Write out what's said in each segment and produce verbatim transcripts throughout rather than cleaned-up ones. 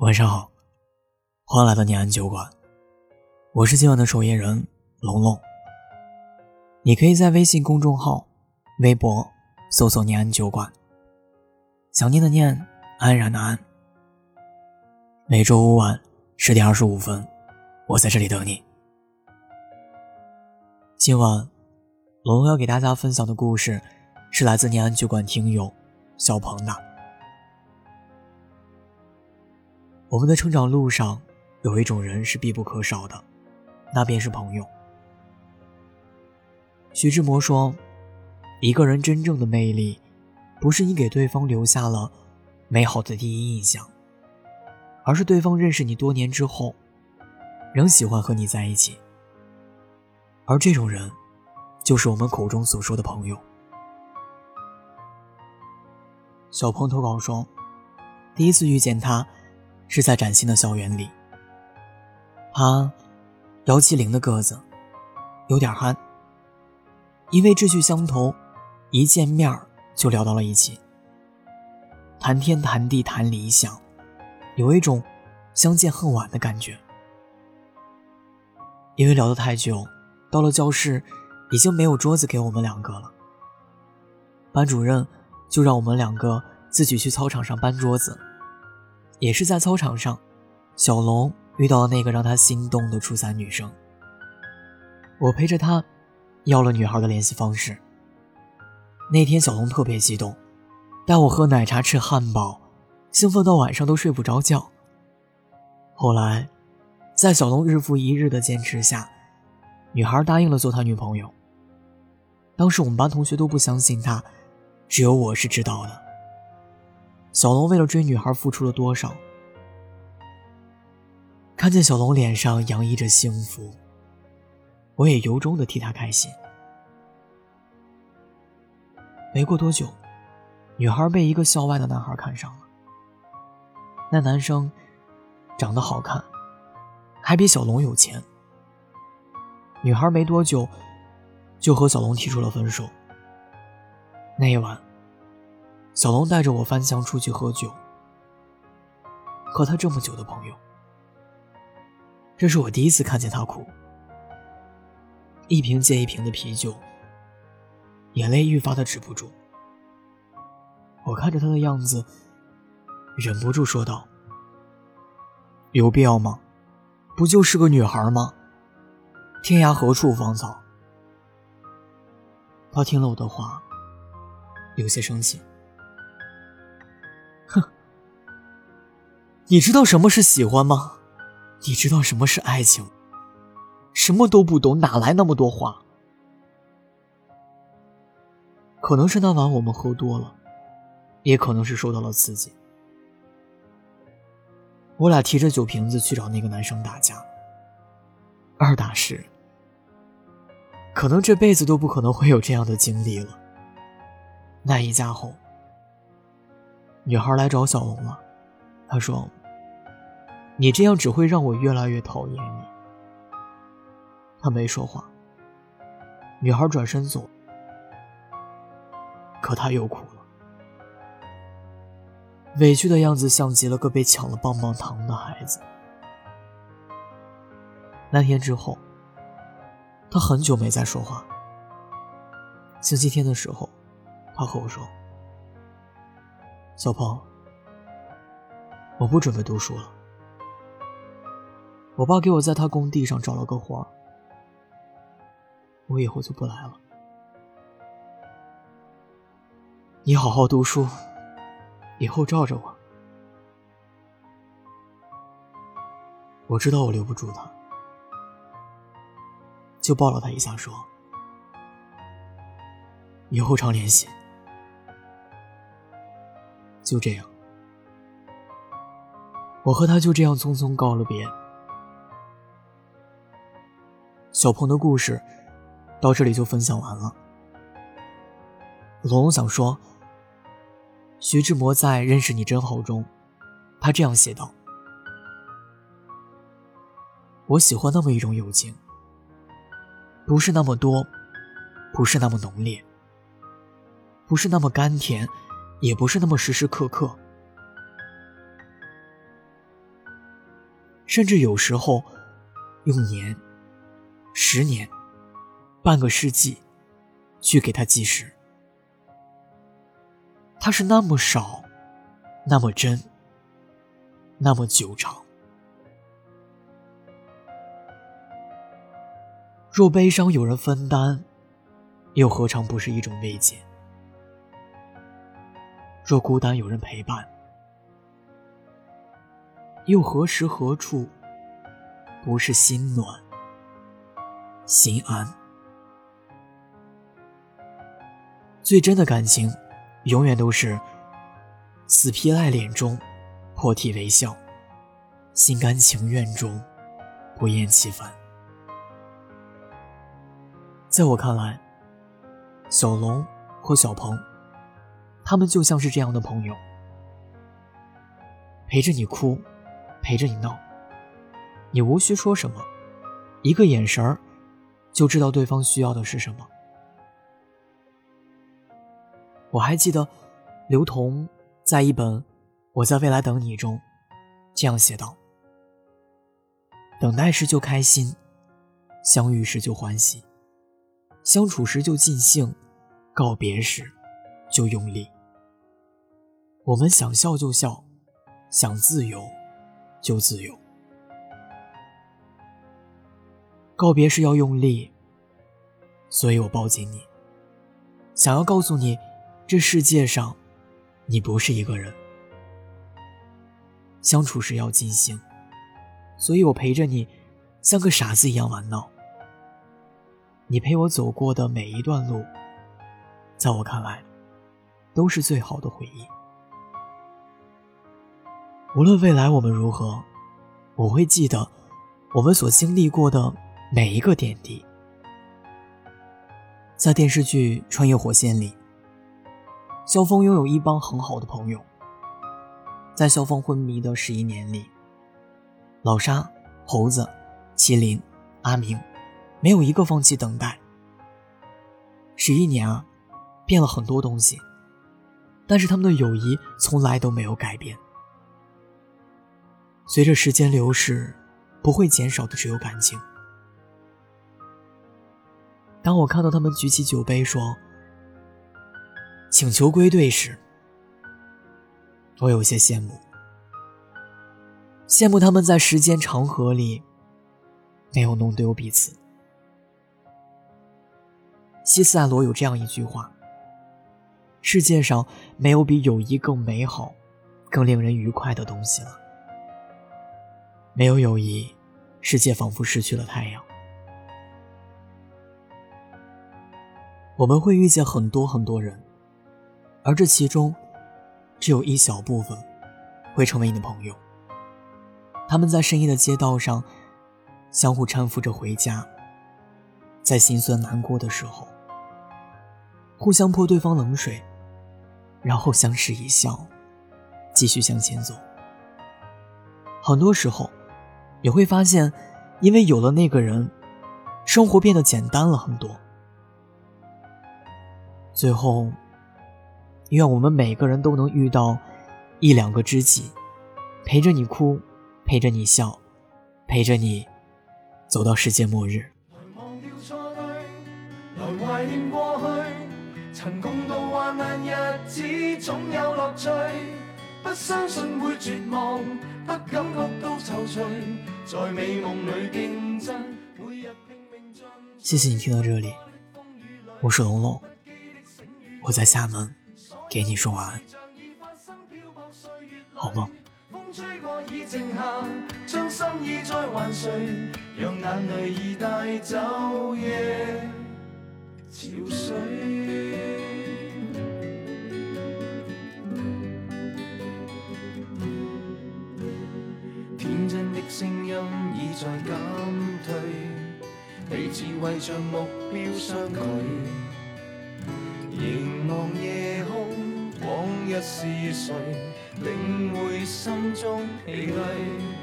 晚上好，欢迎来到念安酒馆，我是今晚的守夜人龙龙。你可以在微信公众号、微博搜索念安酒馆，想念的念，安然的安。每周五晚十点二十五分，我在这里等你。今晚龙龙要给大家分享的故事是来自念安酒馆听友小鹏的。我们的成长路上有一种人是必不可少的，那便是朋友。徐志摩说，一个人真正的魅力不是你给对方留下了美好的第一印象，而是对方认识你多年之后仍喜欢和你在一起。而这种人就是我们口中所说的朋友。小鹏投稿说，第一次遇见他是在崭新的校园里。他一七零的个子，有点憨，因为志趣相投，一见面就聊到了一起，谈天谈地谈理想，有一种相见恨晚的感觉。因为聊得太久，到了教室已经没有桌子给我们两个了，班主任就让我们两个自己去操场上搬桌子。也是在操场上，小龙遇到了那个让他心动的初三女生。我陪着他要了女孩的联系方式。那天小龙特别激动，带我喝奶茶吃汉堡，兴奋到晚上都睡不着觉。后来在小龙日复一日的坚持下，女孩答应了做他女朋友。当时我们班同学都不相信他，只有我是知道的。小龙为了追女孩付出了多少？看见小龙脸上洋溢着幸福，我也由衷地替他开心。没过多久，女孩被一个校外的男孩看上了。那男生长得好看，还比小龙有钱。女孩没多久就和小龙提出了分手。那一晚，小龙带着我翻墙出去喝酒，和他这么久的朋友。这是我第一次看见他哭，一瓶接一瓶的啤酒，眼泪愈发的止不住。我看着他的样子，忍不住说道，有必要吗？不就是个女孩吗？天涯何处芳草。他听了我的话，有些生气。哼，你知道什么是喜欢吗？你知道什么是爱情？什么都不懂，哪来那么多话？可能是那晚我们喝多了，也可能是受到了刺激。我俩提着酒瓶子去找那个男生打架，二打十，可能这辈子都不可能会有这样的经历了。那一架后，女孩来找小龙了，她说，你这样只会让我越来越讨厌你。她没说话，女孩转身走，可她又哭了，委屈的样子像极了个被抢了棒棒糖的孩子。那天之后，她很久没再说话。星期天的时候，她和我说，小鹏，我不准备读书了。我爸给我在他工地上找了个活儿，我以后就不来了。你好好读书，以后罩着我。我知道我留不住他，就抱了他一下说，以后常联系。就这样，我和他就这样匆匆告了别。小鹏的故事到这里就分享完了。龙龙想说，徐志摩在《认识你真好》中，他这样写道，我喜欢那么一种友情，不是那么多，不是那么浓烈，不是那么甘甜，也不是那么时时刻刻， 甚至有时候用年、十年、半个世纪去给它计时。它是那么少，那么真，那么久长。若悲伤有人分担，又何尝不是一种慰藉？若孤单有人陪伴，又何时何处不是心暖心安？最真的感情永远都是死皮赖脸中破涕为笑，心甘情愿中不厌其烦。在我看来，小龙或小鹏，他们就像是这样的朋友，陪着你哭，陪着你闹，你无需说什么，一个眼神儿就知道对方需要的是什么。我还记得刘同在一本《我在未来等你》中这样写道：等待时就开心，相遇时就欢喜，相处时就尽兴，告别时就用力。我们想笑就笑，想自由就自由。告别时要用力，所以我抱紧你，想要告诉你，这世界上你不是一个人。相处时要尽兴，所以我陪着你像个傻子一样玩闹。你陪我走过的每一段路，在我看来都是最好的回忆。无论未来我们如何，我会记得我们所经历过的每一个点滴。在电视剧《穿越火线》里，萧峰拥有一帮很好的朋友。在萧峰昏迷的十一年里，老沙、猴子、麒麟、阿明没有一个放弃等待。十一年啊，变了很多东西，但是他们的友谊从来都没有改变。随着时间流逝，不会减少的只有感情。当我看到他们举起酒杯说请求归队时，我有些羡慕，羡慕他们在时间长河里没有弄丢彼此。西斯艾罗有这样一句话：世界上没有比友谊更美好、更令人愉快的东西了。没有友谊，世界仿佛失去了太阳。我们会遇见很多很多人，而这其中只有一小部分会成为你的朋友。他们在深夜的街道上相互搀扶着回家，在心酸难过的时候互相泼对方冷水，然后相视一笑，继续向前走。很多时候也会发现，因为有了那个人，生活变得简单了很多。最后，愿我们每个人都能遇到一两个知己，陪着你哭，陪着你笑，陪着你走到世界末日。 来怀念过去，曾共度患难日子，总有乐趣。不相信會絕望，不感覺到躊躇，在美夢裏競爭，每日拼命進。 謝謝你聽到這裡，我是龍龍，我在廈門給你說晚安，好夢。 風吹過已靜下，將心意再還誰，讓眼淚已帶走夜潮水。天真的聲音已在減退，彼此為着目標相距，凝望夜空，往日是誰領會心中疲累，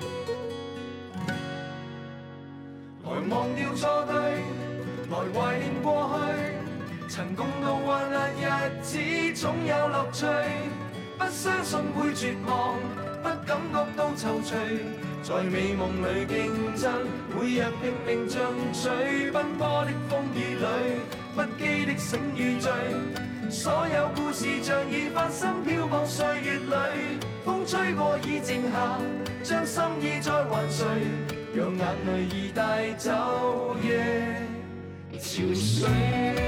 來忘掉錯對，來懷念過去，曾共度患難日子總有樂趣。 不相信會絕望，不感覺到躊躇，在美夢裏競爭，每日拼命進取，奔波的風雨裏，不羈的醒與醉，所有故事像已發生，漂泊歲月裏，風吹過已靜下，將心意再還誰，讓眼淚已帶走夜憔悴。